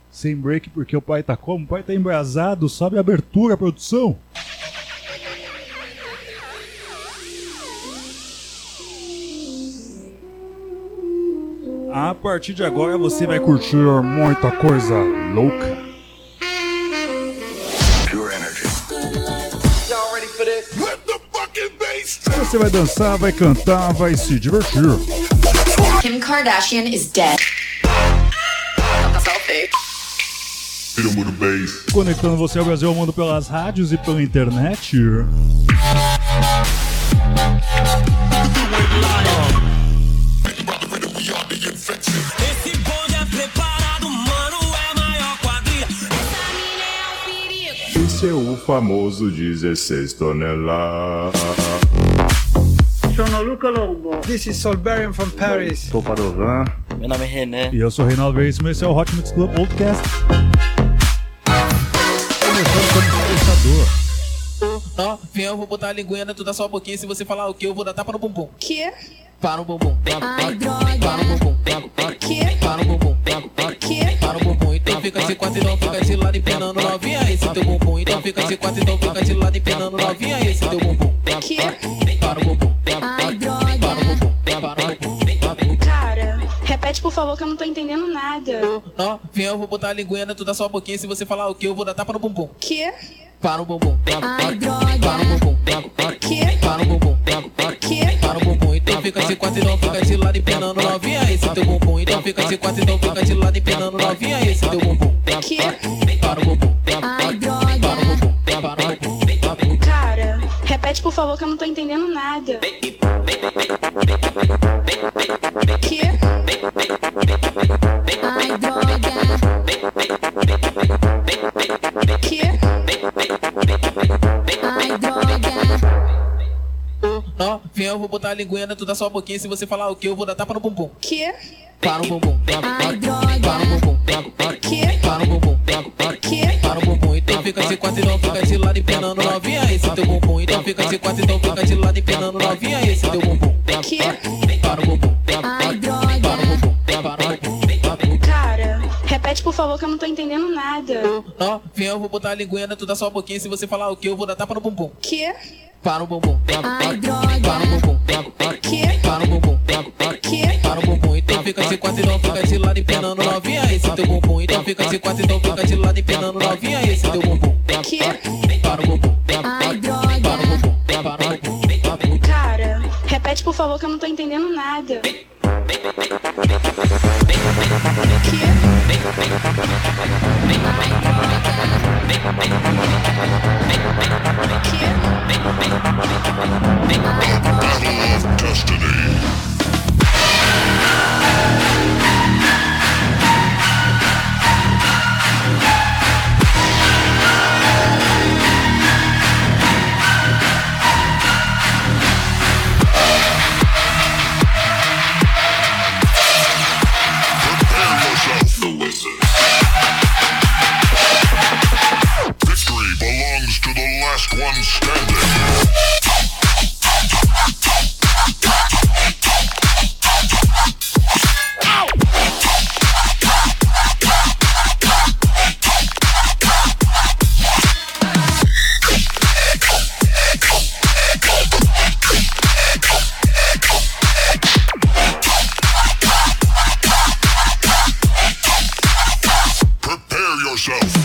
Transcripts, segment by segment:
Sem break porque o pai tá como? O pai tá embrasado, sobe a abertura, produção. A partir de agora você vai curtir muita coisa louca. Pure energy. Y'all ready for this? Let the fucking bass. Você vai dançar, vai cantar, vai se divertir. Kim Kardashian is dead. Hit 'em with a bass. Conectando você ao Brasil ao mundo pelas rádios e pela internet. Esse bonde é preparado, mano, é maior quadrilha. Essa mina é um perigo. Esse é o famoso 16 toneladas. Sono Luca Lombo. This is Solberian from Paris. Sou Padovan. Meu nome é René. E eu sou o Reinaldo Veríssimo, esse é o Hot Mix Club Podcast. Começando como espectador. Eu vou botar a linguinha, tu dá só um pouquinho. Se você falar o que, eu vou dar tapa no bumbum. Que? Para o bumbum. Ai, droga. Para o bumbum. Que? Para o bumbum. Que? Para o bumbum. Então fica de quatro, então fica de lado empenando novinha. Esse teu bumbum. Então fica de quatro, então fica de lado empenando novinha. Esse teu bumbum. Que? Para o bumbum. Ai, droga. Para o bumbum. Para o bumbum. Cara, repete por favor que eu não tô entendendo nada. Eu vou botar a linguinha, tu dá só um pouquinho. Se você falar o que, eu vou dar tapa no bumbum. Que? Para o bumbum. Ai, droga. Para o bumbum. Que? Para o bumbum. Que? Para o bumbum. Então fica de quatro, então fica de lado empenando novinha. Esse teu bumbum. Então fica de quatro, então fica de lado empenando novinha. Esse teu bumbum. Que? Para o bumbum. Ai, droga. Para o bumbum. Para o bumbum. Cara, repete por favor que eu não tô entendendo nada. Que? Ai, droga. Que? Ai, droga. Eu vou botar a linguinha, tu dá só um pouquinho. Se você falar o que, eu vou dar tapa no bumbum. Que? Para o bumbum. Ai, droga. Para o bumbum. Que? Para o bumbum. Que? Para o bumbum. Então fica de quatro, então fica de lado empenando novinha. Esse teu bumbum. Então fica de quatro, então fica de lado empenando novinha. Esse teu bumbum. Que? Para o bumbum. Ai, droga. Para o bumbum. Para o bumbum. Cara, repete por favor que eu não tô entendendo nada. Eu vou botar a linguinha, tu dá só um pouquinho. Se você falar o que, eu vou dar tapa no bumbum. Que? Para o bumbum. Ai, droga. Para o bumbum. Que? Para o bumbum. Que? Para o bumbum. Então fica de quatro, então fica de lado empenando novinha. Esse teu bumbum. Então fica de quatro, então fica de lado empenando novinha. Esse teu bumbum. Que? Para o bumbum. Ai, droga. Para o bumbum. Para o bumbum. Cara, repete por favor que eu não tô entendendo nada. Victory belongs to the last one standing. Prepare yourself.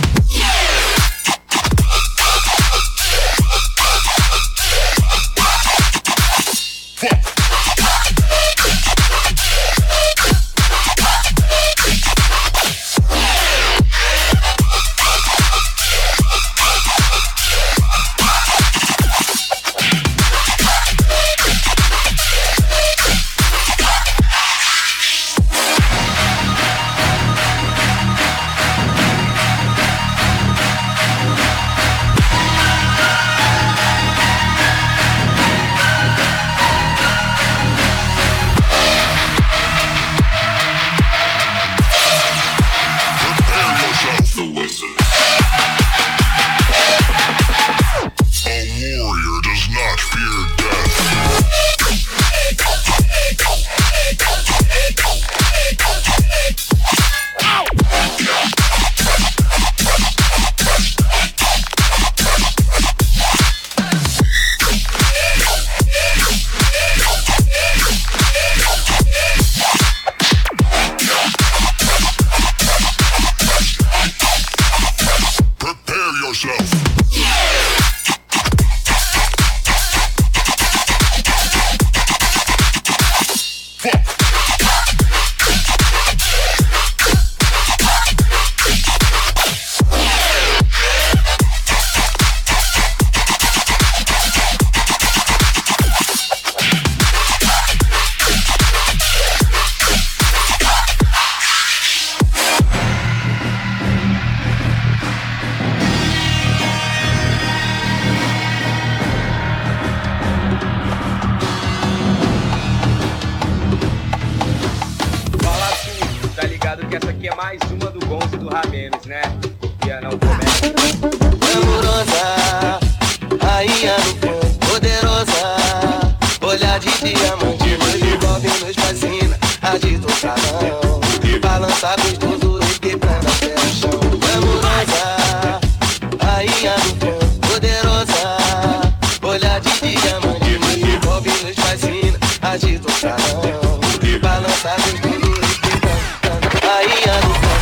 do Rabenes, né? E não começa. Amorosa, rainha do funk, poderosa, olhar de diamante, nos envolve, nos fascina, agita o salão, balança gostoso e quebrando até o chão. Amorosa, rainha do funk, poderosa, olhar de diamante, nos envolve, nos fascina, agita o salão, balança gostoso e quebrando, rainha do funk.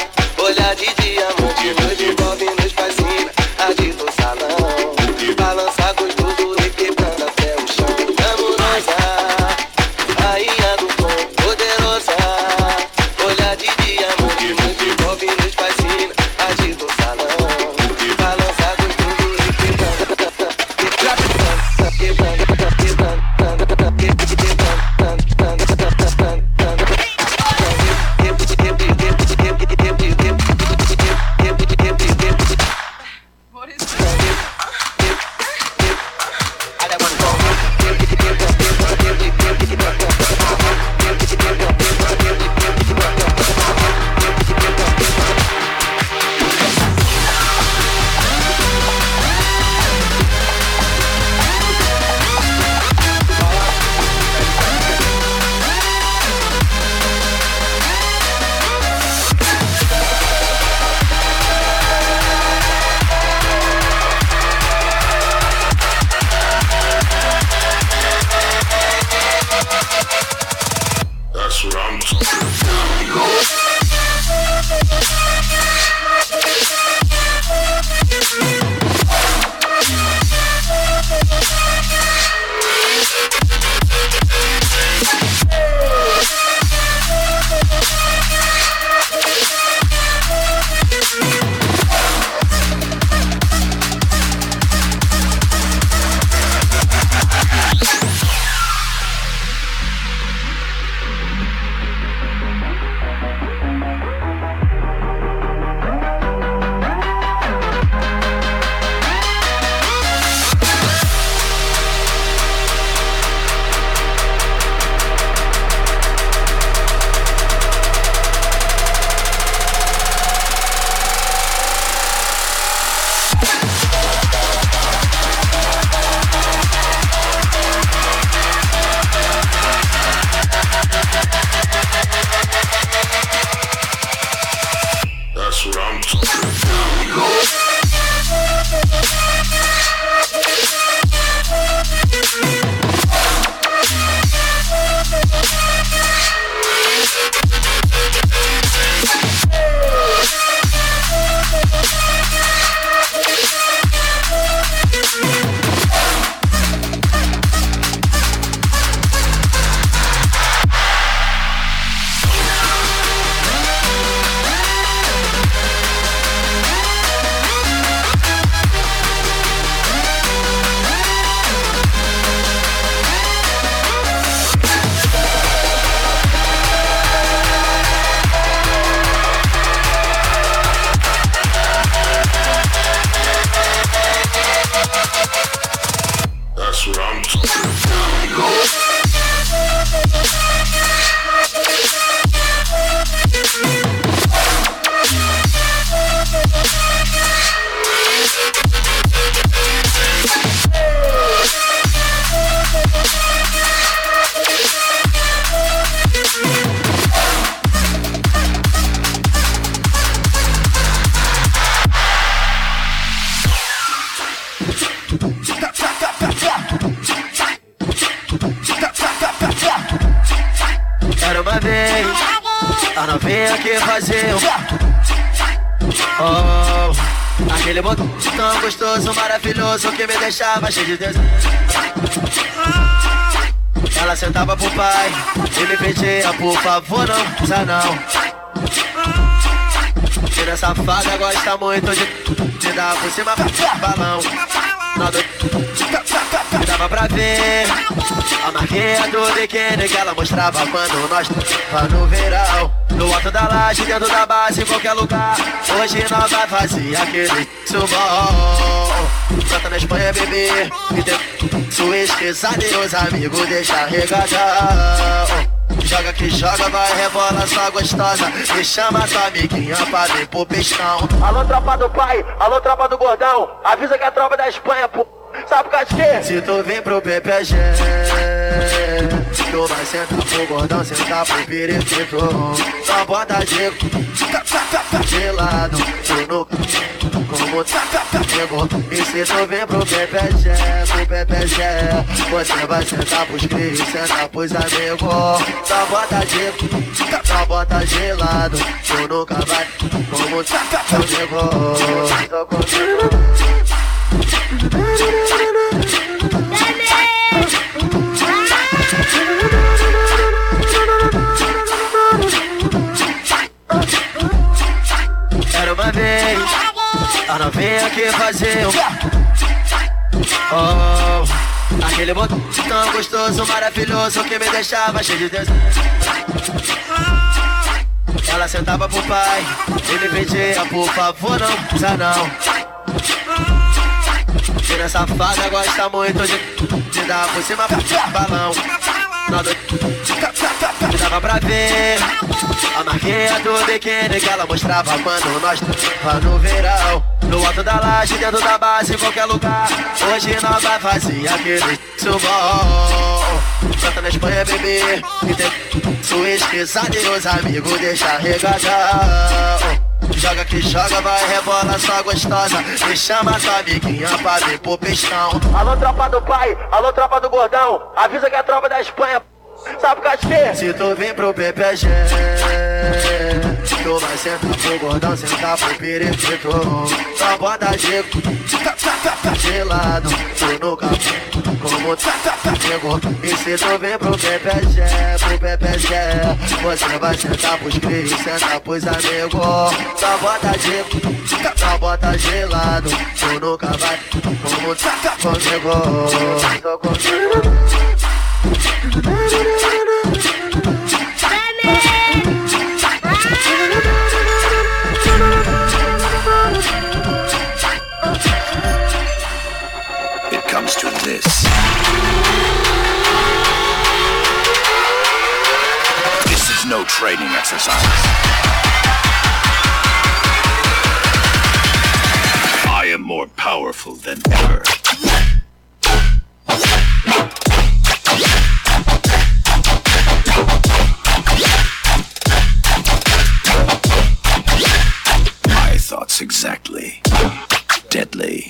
Balance A novinha que fazia aquele botão tão gostoso, maravilhoso, que me deixava cheio de desejo. Ela sentava pro pai e me pedia, por favor, não precisa não. Tira safada, gosta muito de dar por cima balão. Dava pra ver a marquinha do biquíni que ela mostrava quando nós tava no verão. No alto da laje, dentro da base, em qualquer lugar. Hoje nós vai fazer aquele subom. Canta na Espanha, bebê, e tem sua esquisada e os amigos deixa regadão. Joga que joga, vai, rebola, só gostosa. E chama tua amiguinha pra vir pro pistão. Alô, tropa do pai, alô, tropa do gordão. Avisa que é a tropa da Espanha, pô. Sabe por causa de quê? Se tu vir pro PPG, tu vai sentar pro gordão, sentar pro periquito. Só bota de lado, tu no como pegou. E se tu vir pro PPG, você vai sentar pros cris, sentar pros amigos. Só bota de lado, tu nunca vai como pegou. Era uma vez a novinha que fazia aquele botão tão gostoso, maravilhoso, que me deixava cheio de desejo. Ela sentava pro pai e me pedia, por favor, não precisa não. Tira safada, gosta muito de dar por cima balão. Dava pra ver a marquinha do biquíni que ela mostrava quando nós tava no verão. No alto da laje, dentro da base, em qualquer lugar. Hoje nós vai fazer aquele subom. Canta na Espanha, bebê, e tem sua esquisada e os amigos deixa regadão. Joga que joga, vai, rebola, só gostosa. E chama tua amiguinha pra vir pro pistão. Alô, tropa do pai, alô, tropa do gordão. Avisa que é a tropa da Espanha, sabe por causa de quê? Se tu vir pro PPG, tu vai sentar pro gordão, sentar pro periquito. Só bota de lado, tu nunca como pegou. E se tu vir pro PPG, você vai sentar pros cris, sentar pros amigos. Só bota de lado, tu nunca vai como comigo. It comes to this. This is no training exercise. I am more powerful than ever. My thoughts exactly. Deadly.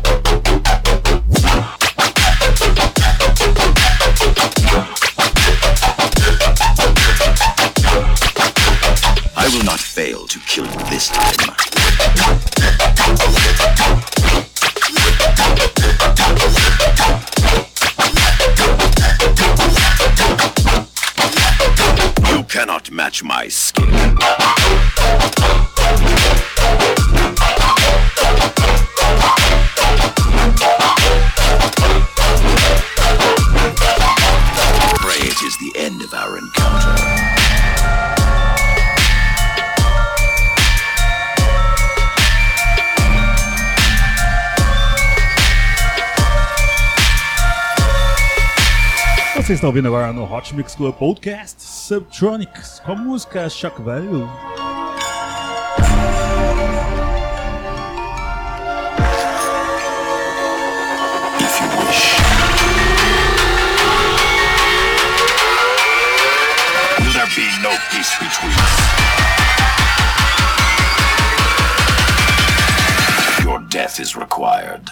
I will not fail to kill you this time. You cannot match my skill. Pray it is the end of our encounter. Você está ouvindo agora no Hot Mix Club Podcast Subtronics com a música Shock Value. If you wish. Will there be no peace between us? Your death is required.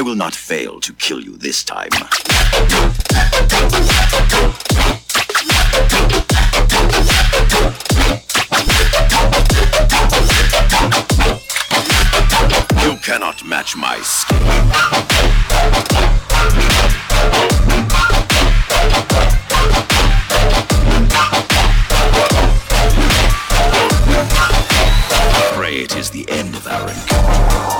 will not fail to kill you this time. You cannot match my skill. Pray it is the end of our encounter.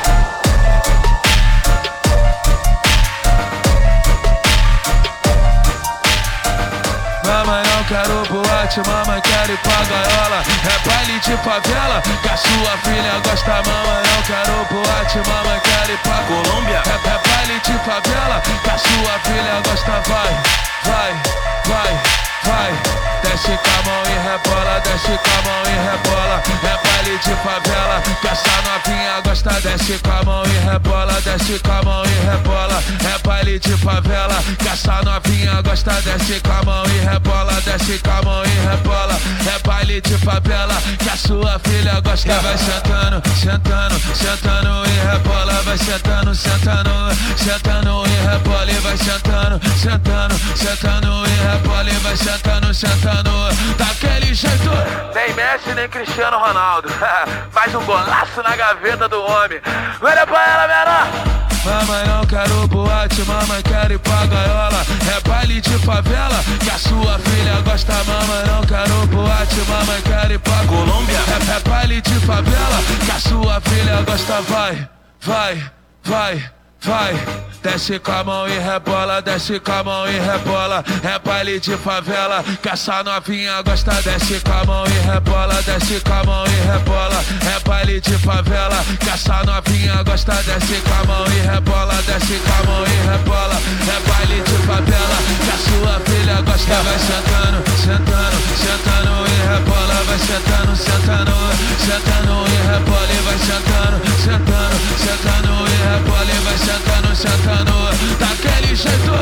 Mamãe, não quero boate, mamãe, quero ir pra gaiola. É baile de favela, que a sua filha gosta. Mamãe, não quero boate, mamãe, quero ir pra Colômbia. É baile de favela, que a sua filha gosta. Vai, vai, vai, vai. Desce com a mão e rebola, desce com a mão e rebola. É baile de favela, que essa novinha gosta. Desce com a mão e rebola, desce com a mão e rebola. É baile de favela, que essa novinha gosta. Desce com a mão e rebola, desce com a mão e rebola. É baile de favela, que a sua filha gosta. Vai sentando, sentando, sentando e rebola. Vai sentando, sentando, sentando e rebola. E vai sentando, sentando, sentando e rebola. E vai sentando, sentando daquele jeito. Nem Messi, nem Cristiano Ronaldo. Faz um golaço na gaveta do homem. Olha pra ela, menor. Mamãe, não quero boate, mamãe, quero ir pra gaiola. É baile de favela, que a sua filha gosta. Mamãe, não quero boate, mamãe, quero ir pra Colômbia. É baile de favela, que a sua filha gosta. Vai, vai, vai, vai. Desce com a mão e rebola, desce com a mão e rebola. É baile de favela, que essa novinha gosta. Desce com a mão e rebola, desce com a mão e rebola. É baile de favela, que essa novinha gosta. Desce com a mão e rebola, desce com a mão e rebola. É baile de favela, que a sua filha gosta. Vai sentando, sentando, sentando e rebola. Vai sentando, sentando, sentando e rebola. E vai sentando, sentando, sentando e rebola. E vai sentando, sentando daquele jeito.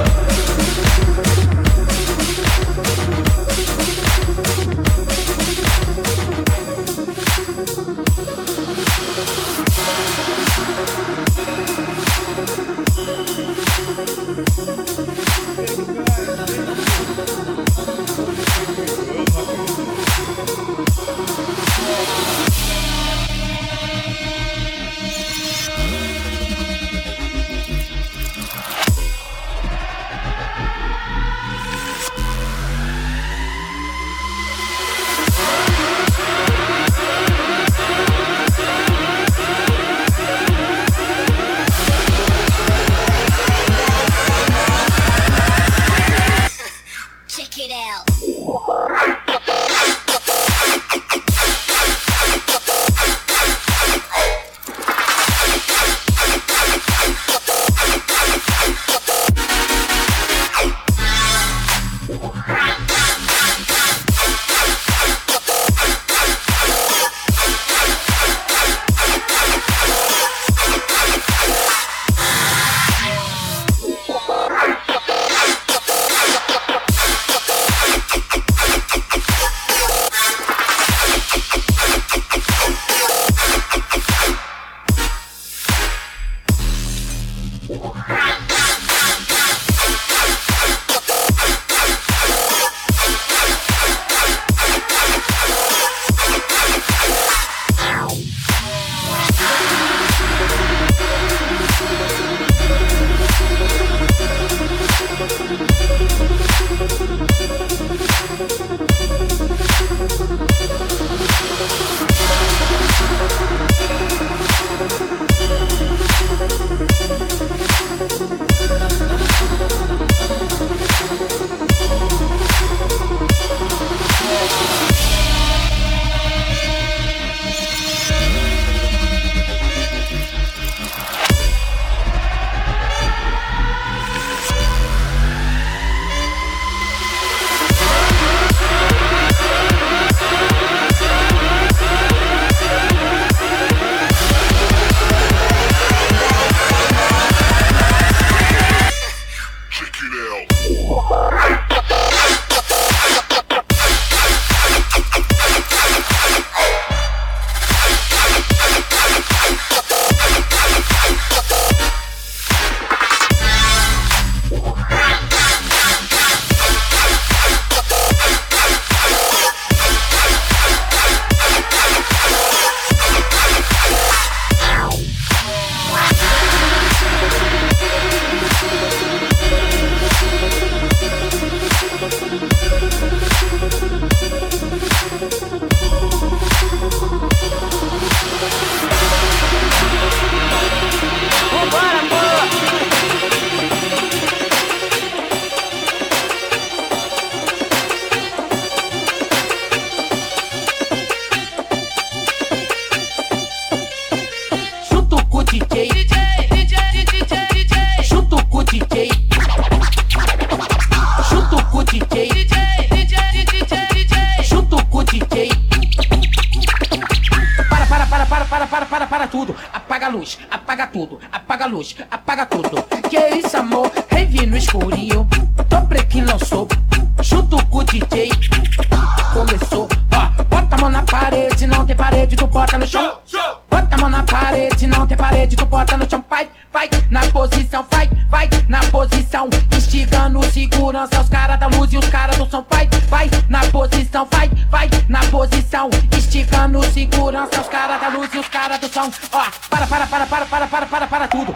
tudo, apaga a luz, apaga tudo, apaga a luz, apaga tudo. Que isso, amor? Rave no escurinho, Dobre que lançou, junto com o DJ. Começou, ó, bota a mão na parede, não tem parede, tu bota no chão. Bota a mão na parede, não tem parede, tu bota no chão. Vai, vai, na posição, vai, vai, na posição. Instigando segurança, os caras da luz e os caras do som. Vai, vai, na posição, vai, vai, na posição. Instigando segurança, os caras da luz e os caras do som. Ó, para tudo.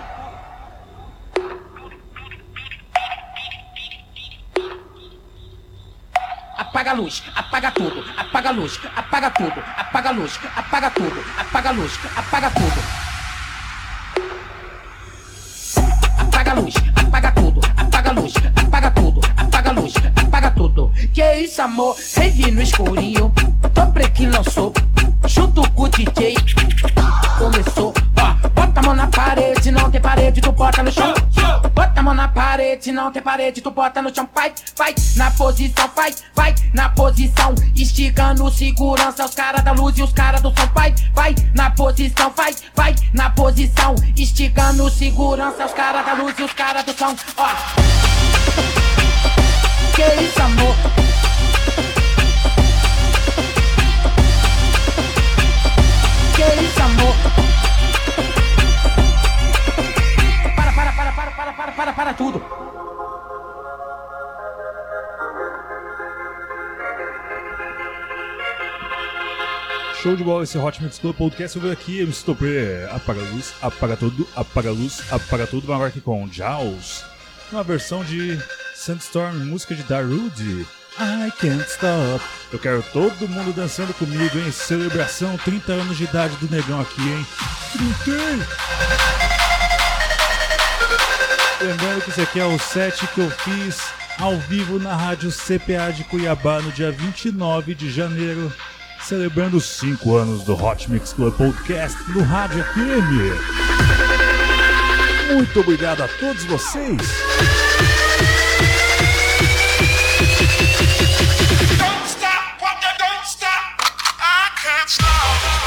Apaga a luz, apaga tudo, apaga a luz, apaga tudo, apaga a luz, apaga tudo, apaga a luz, apaga tudo. Apaga a luz, apaga tudo, apaga a luz, apaga tudo, apaga a luz, apaga tudo. Que isso, amor? Rave no escurinho, Dobre que lançou, junto com o DJ. Começou, ó, bota a mão na parede, não tem parede, tu bota no chão. Bota a mão na parede, não tem parede, tu bota no chão. Vai, vai, na posição, vai, vai, na posição. Instigando segurança, os caras da luz e os caras do som. Vai, vai, na posição, vai, vai, na posição. Instigando segurança, os caras da luz e os caras do som. Ó, que isso, amor? Que isso, amor? Para tudo. Show de bola esse Hot Mix Club Podcast. Eu venho aqui, eu estou apaga a luz, apaga tudo, apaga a luz, apaga tudo. Vamos agora aqui com Jaws, uma versão de Sandstorm, música de Darude. I can't stop. Eu quero todo mundo dançando comigo, hein? Celebração, 30 anos de idade do negão aqui, hein? Gritei! Lembrando que esse aqui é o set que eu fiz ao vivo na rádio CPA de Cuiabá no dia 29 de janeiro, celebrando os 5 anos do Hot Mix Club Podcast no Rádio FM. Muito obrigado a todos vocês. Don't stop, what you don't stop. I can't stop.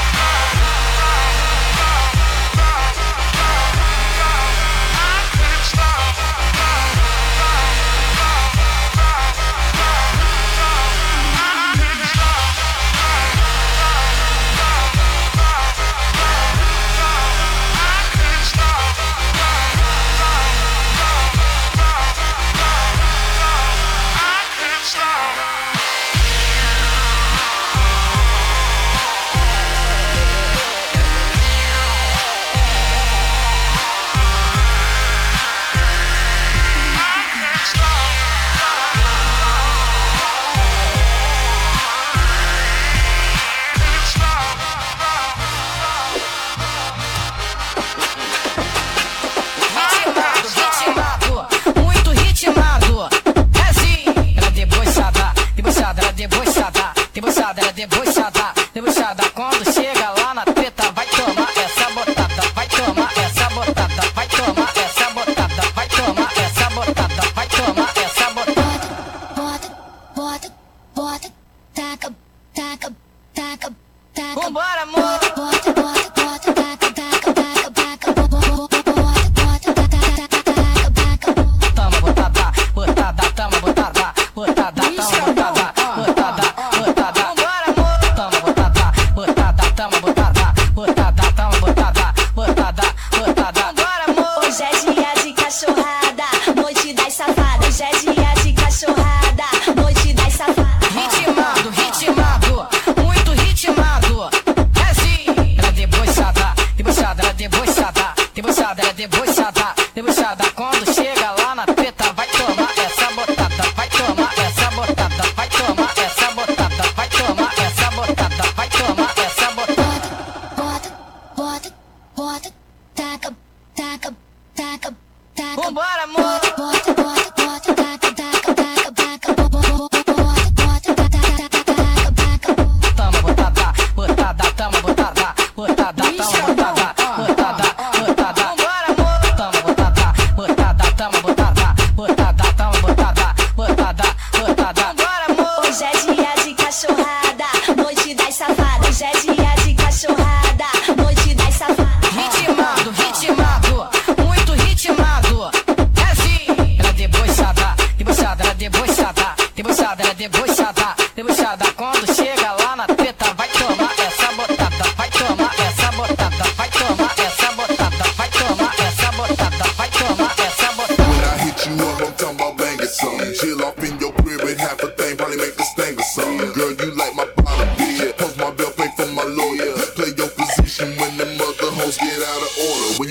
Debochada, quando chega lá na treta, vai tomar essa botada, vai tomar essa botada, vai tomar essa botada, vai tomar essa botada, vai tomar essa botada. Bota, bota, taca, taca, taca, taca. Vambora, amor. Bota, bota, bota, taca, taca, taca, taca. Bota, bota, taca, taca, taca. Toma botada, botada, toma botada, botada, toma botada, botada, botada. Vambora, amor. Toma botada, botada, toma botada, botada, toma botada, botada, botada. Vambora, amor. Hoje é dia de cachorrada, noite das safadas. Hoje é dia de cachorrada, noite das safadas. Ritmado, ritmado, muito ritmado. É assim, ela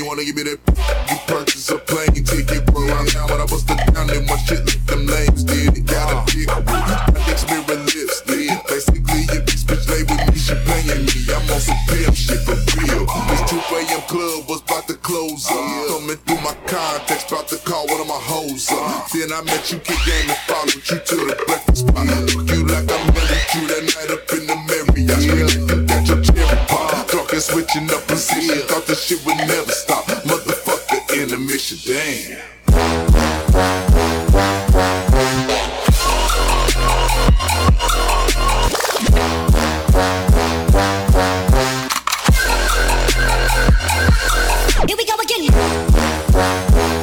you wanna give me that, you purchase a plane ticket. Roll around now when I bust it down, then my shit like them names did. It got a big next mirror lips did. Basically, if this bitch lay with me, she paying me. I'm on some pimp shit for real. This 2 a.m. club was about to close up. Thumbing through my contacts, about to call one of my hoes up. Then I met you, kick game and followed you to the breakfast spot. You like I married you that night up in the Marriott. I screamed at your cherry pop. Talking switching up position, thought this shit would never stop. Motherfucker in the mission, damn. Here we go again.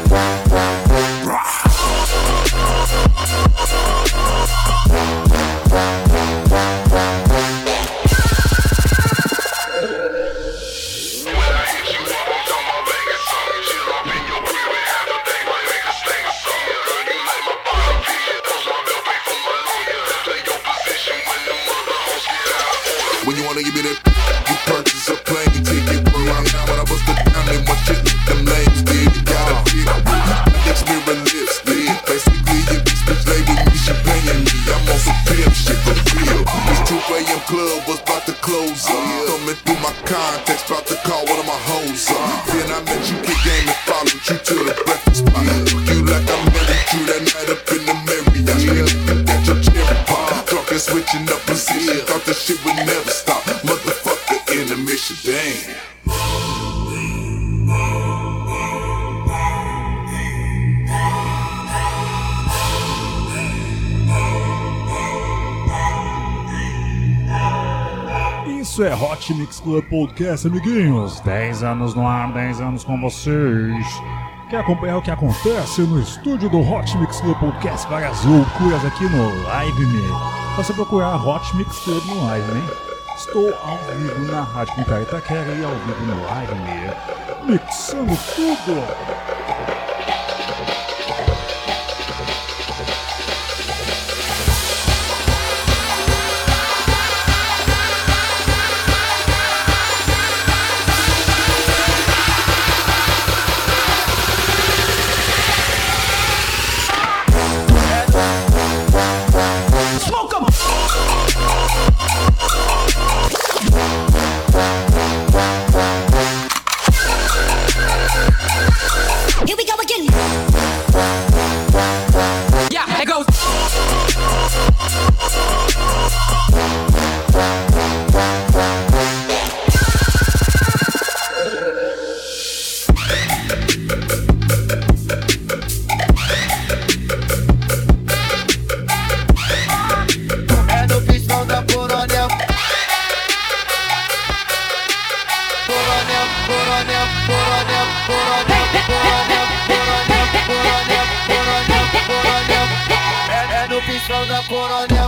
When you wanna give me that, you purchase a plane ticket. Roll around now when I bust it down, then my shit like them names did. You got a big next mirror lips did. Basically, if this bitch lay with me, she paying me. I'm on some pimp shit for real. This 2 a.m. club was about to close up. Thumbing through my contacts, about to call one of my hoes up. Then I met you, kick game and followed you to the breakfast spot. You like I married you that night up in the Marriott. I screamed at your cherry pop. Talking switching up position, thought this shit would never stop. Motherfucker in the mission, damn. Isso é Hot Mix Club Podcast, amiguinhos. 10 anos no ar, 10 anos com vocês. Quer acompanhar o que acontece no estúdio do Hot Mix Club Podcast? Várias loucuras aqui no Live Me. Só você procurar Hot Mix Club no Live Me. Estou ao vivo na Rádio Punta Itaquera e ao vivo no Live Me, mixando tudo. Here we go again. Yeah, it goes. É no pistão da Coronel. Coronel, Coronel, Coronel, Coronel, Coronel, Coronel, Coronel, Coronel, Coronel. É no pistão da Coronel.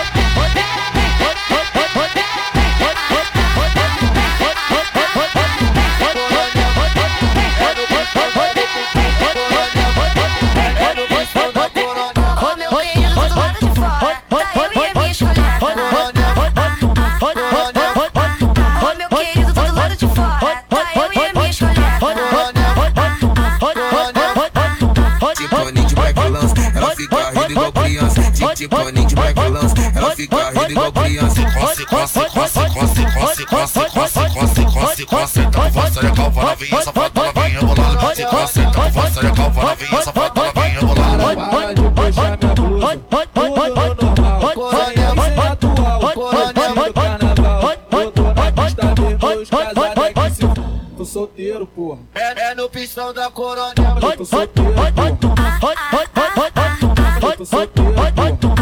Tipo paninho de backlança, ela fica rindo igual criança. Coce, coce, coce, coce, coce, coce, coce, coce, coce, coce. Então força de calva novinha, safada novinha bolada. Coce, coce, então força de calva novinha, safada novinha bolada. Para de beijar minha blusa, tudo normal. Coronel atual, coronel do carnaval. Eu tô na pista depois, casado aqui se tô solteiro, porra. É no pistão da Coronel. Eu tô solteiro, porra. Eu tô solteiro, porra.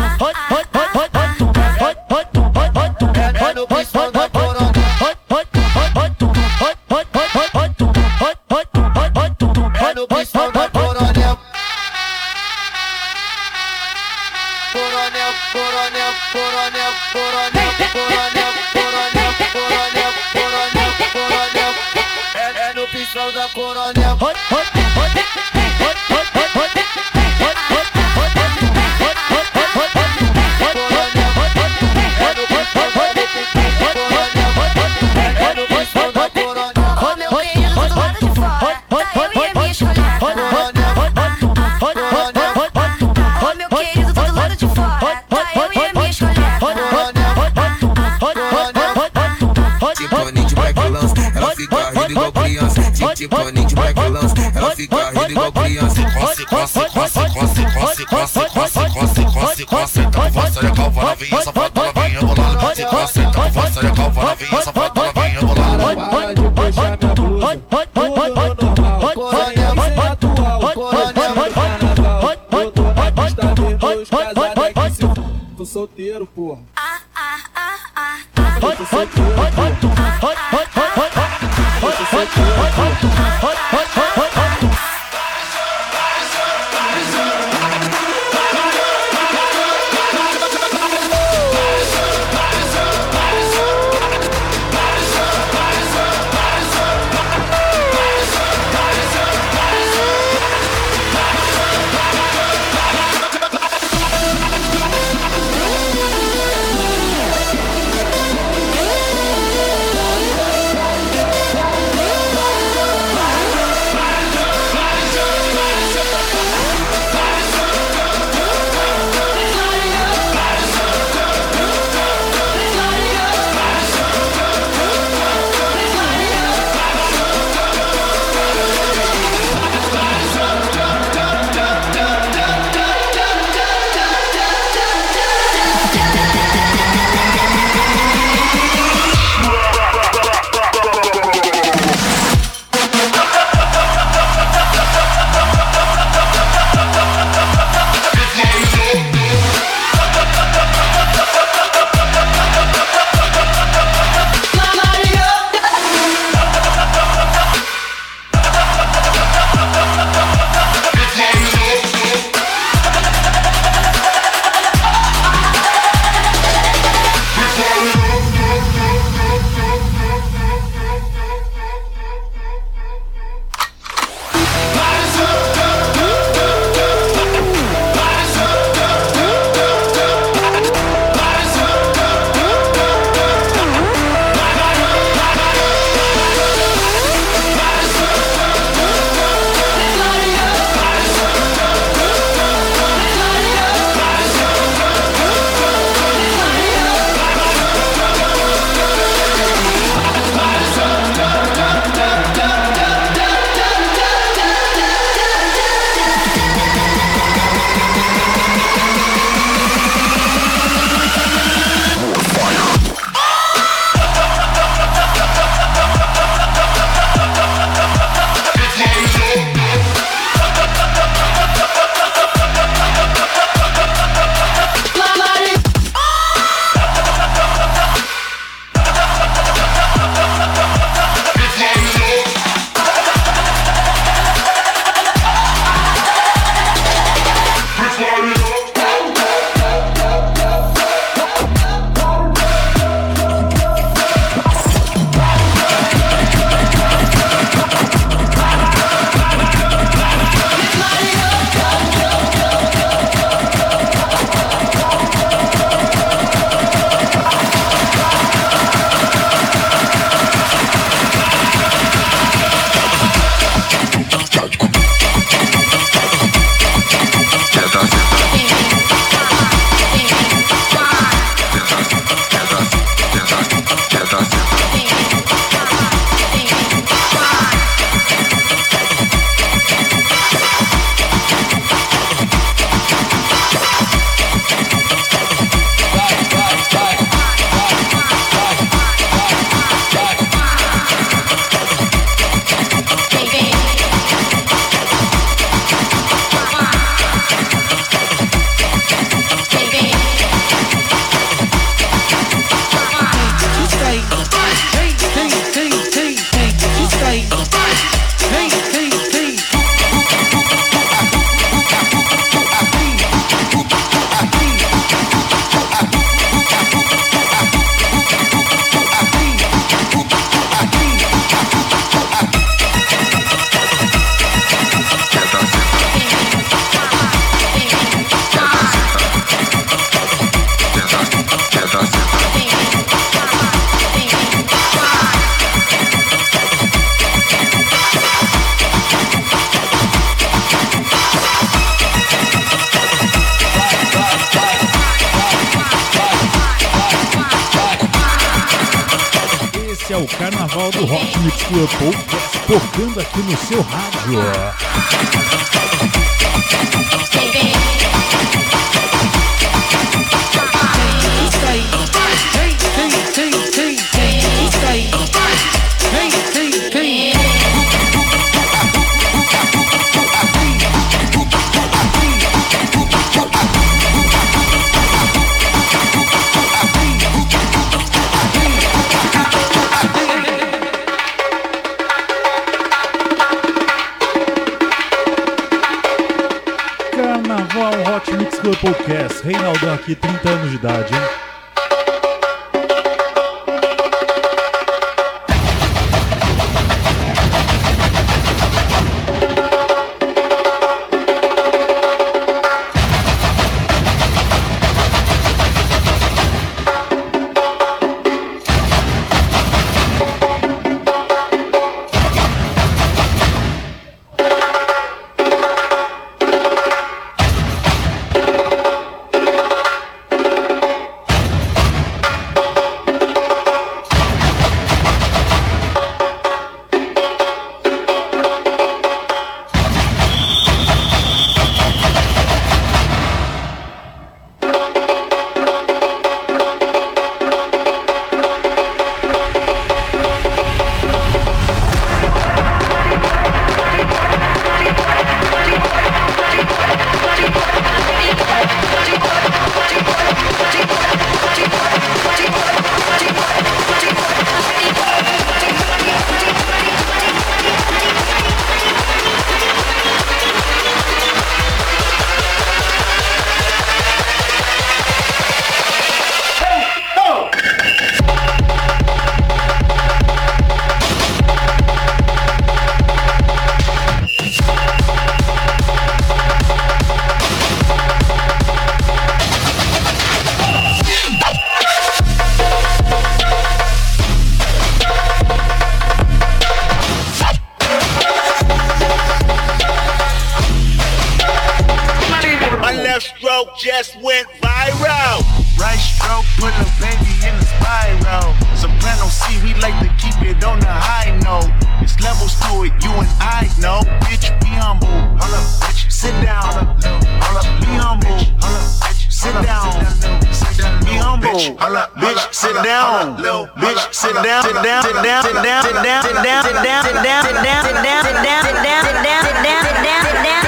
É no pistão da Coronel. É no pistão da Coronel. Coronel, Coronel, Coronel, Coronel, Coronel, Coronel, Coronel, Coronel, Coronel. É no pistão da Coronel. Ô meu querido, tô do lado de fora. bate paninho de backlanço. Ela fica rindo igual criança. Coce, coce, coce, coce, coce, coce, coce, coce, coce, coce. Então força de calva novinha, safada novinha bolada. Se coce, então força de calva novinha, safada novinha bolada. Para de puxar minha blusa, tudo normal. Coronel sem atual, coronel do carnaval. Eu tô na pista mesmo, os casados é que se tô solteiro, porra. Eu tô solteiro, Esse é o Carnaval do Hot Mix Club Podcast, tocando aqui no seu rádio. Carnaval Hot Mix Club Podcast. Reinaldão aqui, 30 anos de idade, hein? Just went viral. Right stroke, put a baby in a spiral. Soprano C, we like to keep it on the high note. It's levels to it, you and I know. Bitch, be humble. Hold up, bitch, sit down. Hold up, be humble. Hold up, bitch, sit down. Be humble. Hold up, bitch, sit down. Bitch, sit down. Sit down. Sit down. Sit down. Sit down. Sit down. Sit down. Sit down. Sit down. Sit down. Sit down. Sit down. Sit down. Sit down. Sit down.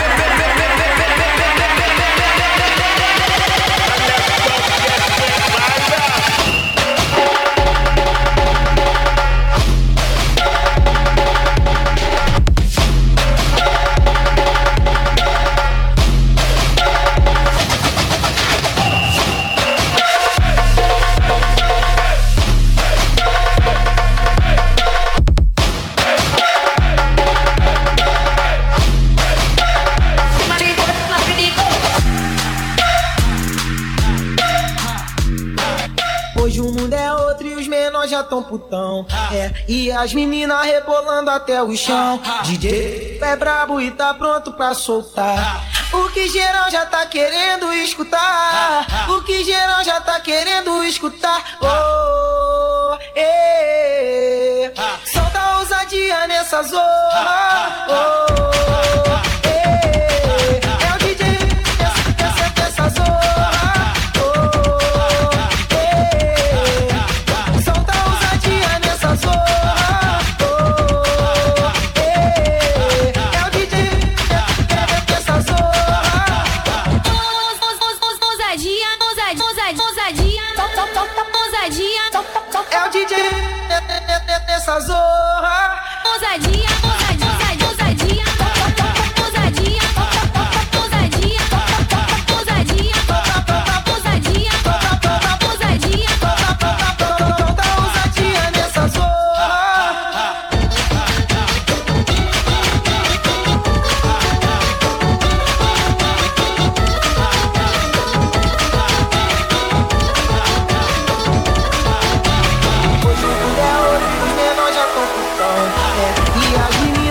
Já tão putão, e as meninas rebolando até o chão. DJ é brabo e tá pronto pra soltar o que geral já tá querendo escutar. O que geral já tá querendo escutar. Oh, solta a ousadia nessa zorra. Oh, é o DJ dessa zorra. É o DJ dessa zorra. Ousadia, ousadia, ousadia, ousadia, ousadia, ousadia, ousadia, ousadia, toda ousadia nessa zorra. E as meninas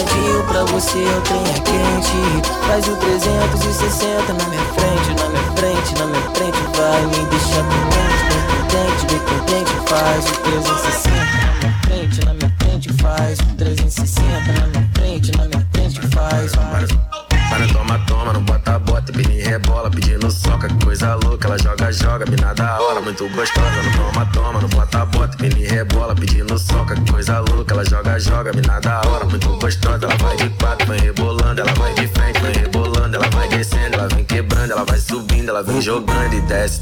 chimadinho pra você, eu tenho a quente. Faz o 360 na minha frente, na minha frente, na minha frente. Vai me deixar contente, bem contente. Faz o 360 na minha frente, na minha frente. Faz o 360 na minha frente, na minha frente. Faz. Toma, não bota, pini rebola, pedindo soca, que coisa louca, ela joga, mina da hora, muito gostosa. Não toma, não bota, pini rebola, pedindo soca, que coisa louca, ela joga, mina da hora, muito gostosa. Ela vai de quatro, vai rebolando, ela vai de frente, vai rebolando, ela vai descendo, ela vem quebrando, ela vai subindo, ela vem jogando e desce,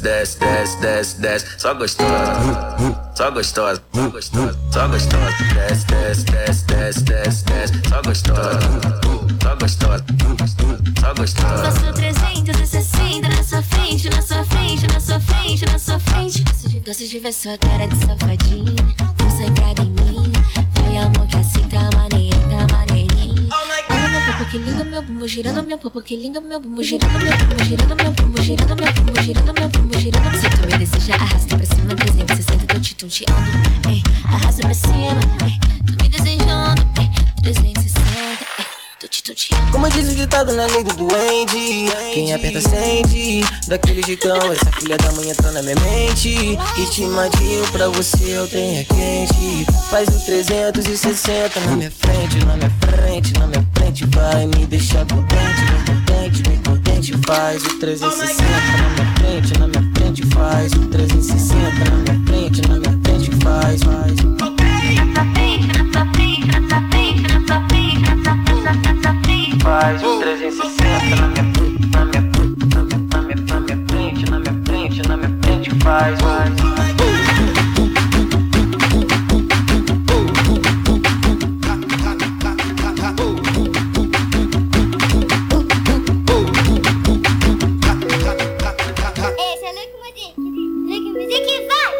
só gostosa, só gostosa, só gostosa, desce, só gostosa, só gostosa, só gostosa. Faço 360 na sua frente, na sua frente, na sua frente, na sua frente. Gosto de ver sua cara de safadinha, força entrada em mim. Vai amor que assim tá maneirinho. Olha meu popo que lindo, meu bumbum girando, meu popo que lindo, meu bumbum girando, meu bumbum girando, meu bumbum girando, meu bumbum girando, meu bumbum girando. Se tu me deseja, arrasta pra cima, 360, tô te tonteando, ei, arrasta pra cima, ei, tô me desejando, ei, 360, ei. Como diz o ditado na lei do duende, quem aperta sente, daquele jeitão, essa filha da mãe entrou na minha mente. Que chimadinho pra você, eu tenho a quente. Faz o 360 na minha frente, na minha frente, na minha frente. Vai me deixar contente, bem contente. Faz o 360 na minha frente, na minha frente. Faz o 360 na minha frente, na minha frente. Faz. Faz o 360 na minha frente, na minha frente, na minha frente, na minha frente. Faz. Esse é Luke Music, vai!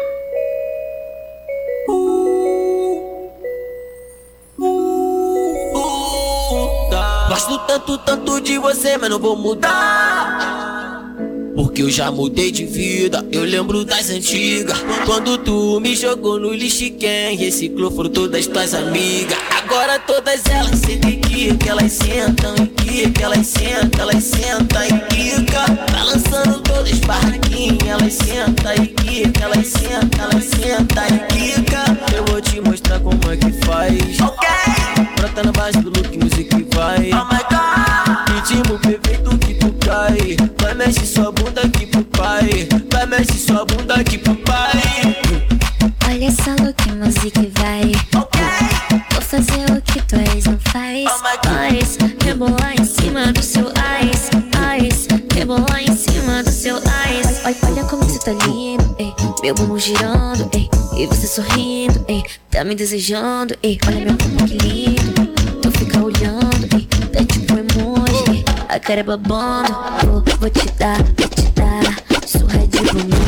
Gosto tanto de você, mas não vou mudar, porque eu já mudei de vida. Eu lembro das antigas, quando tu me jogou no lixo, quem reciclou foram todas tuas amigas. Agora todas elas sentem que elas sentam e que elas sentam e quica, balançando todas barraquinhas. Elas sentam e que elas sentam e quica. Eu vou te mostrar como é que faz. Brota na base do Luke Music, vai. Oh my God, ritmo perfeito que tu cai. Vai mexe sua bunda aqui pro pai, vai mexe sua bunda aqui pro pai. Olha só Luke Music, vai. Vou fazer o que tu és, não faz. Faz, rebolar em cima do seu ice, rebolar em cima do seu ice. Olha como você tá lindo, ei, meu bumbum girando, ei, e você sorrindo, ei, tá me desejando, ei. Olha meu corpo que lindo, tu fica olhando, ei, tá tipo emoji, ei, a cara é babando. Vou te dar surra de bumbum,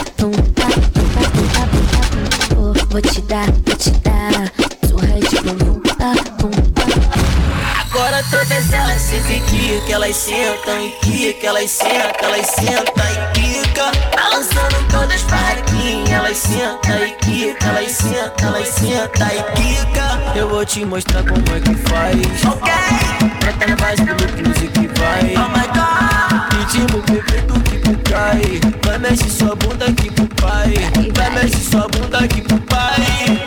vou te dar surra de bumbum, Agora todas elas sentem que elas sentam e que elas sentam e quica, balançando todas barraquinhas. Elas sentam e que elas sentam e quica. Eu vou te mostrar como é que faz. Brota na base do Luke Music, vai. Oh my God, ritmo perfeito que tu cai. Vai mexe sua bunda aqui pro pai, vai mexe sua bunda aqui pro pai.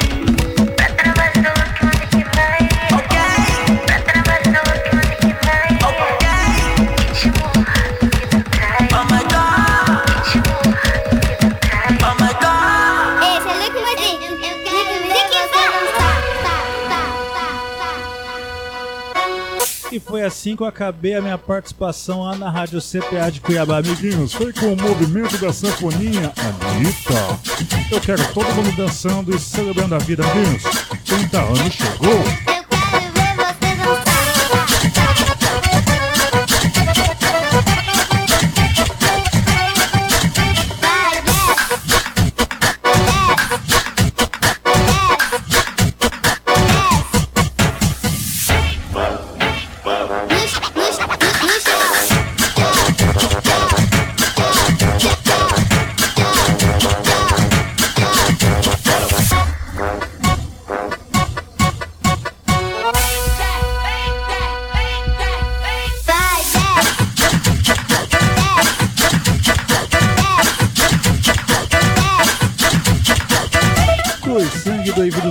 E foi assim que eu acabei a minha participação lá na Rádio CPA de Cuiabá. Amiguinhos, foi com o movimento da sanfoninha Anitta. Eu quero todo mundo dançando e celebrando a vida, amiguinhos. 30 anos chegou.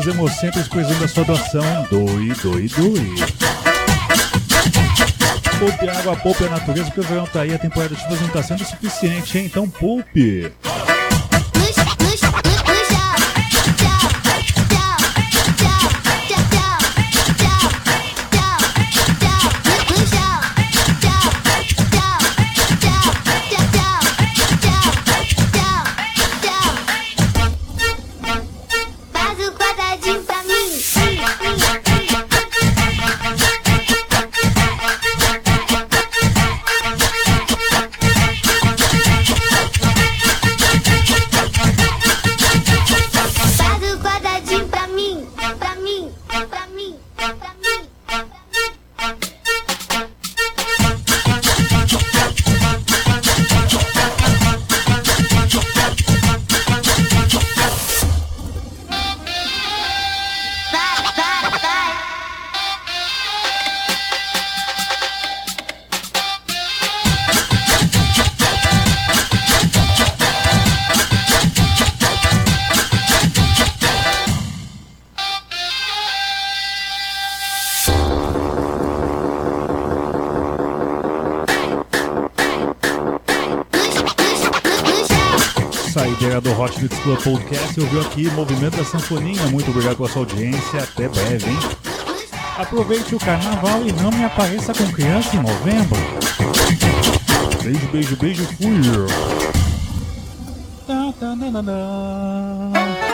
Lucas Hemocentro expressando a sua doação. Doe. Poupe a água, poupe a natureza, porque o verão tá aí, a temporada de chuvas não tá sendo suficiente, hein? Então poupe. Saideira do Hot Mix Club Podcast, ouviu aqui Movimento da Sanfoninha. Muito obrigado pela sua audiência, até breve, hein? Aproveite o carnaval e não me apareça com criança em novembro. Beijo, fui!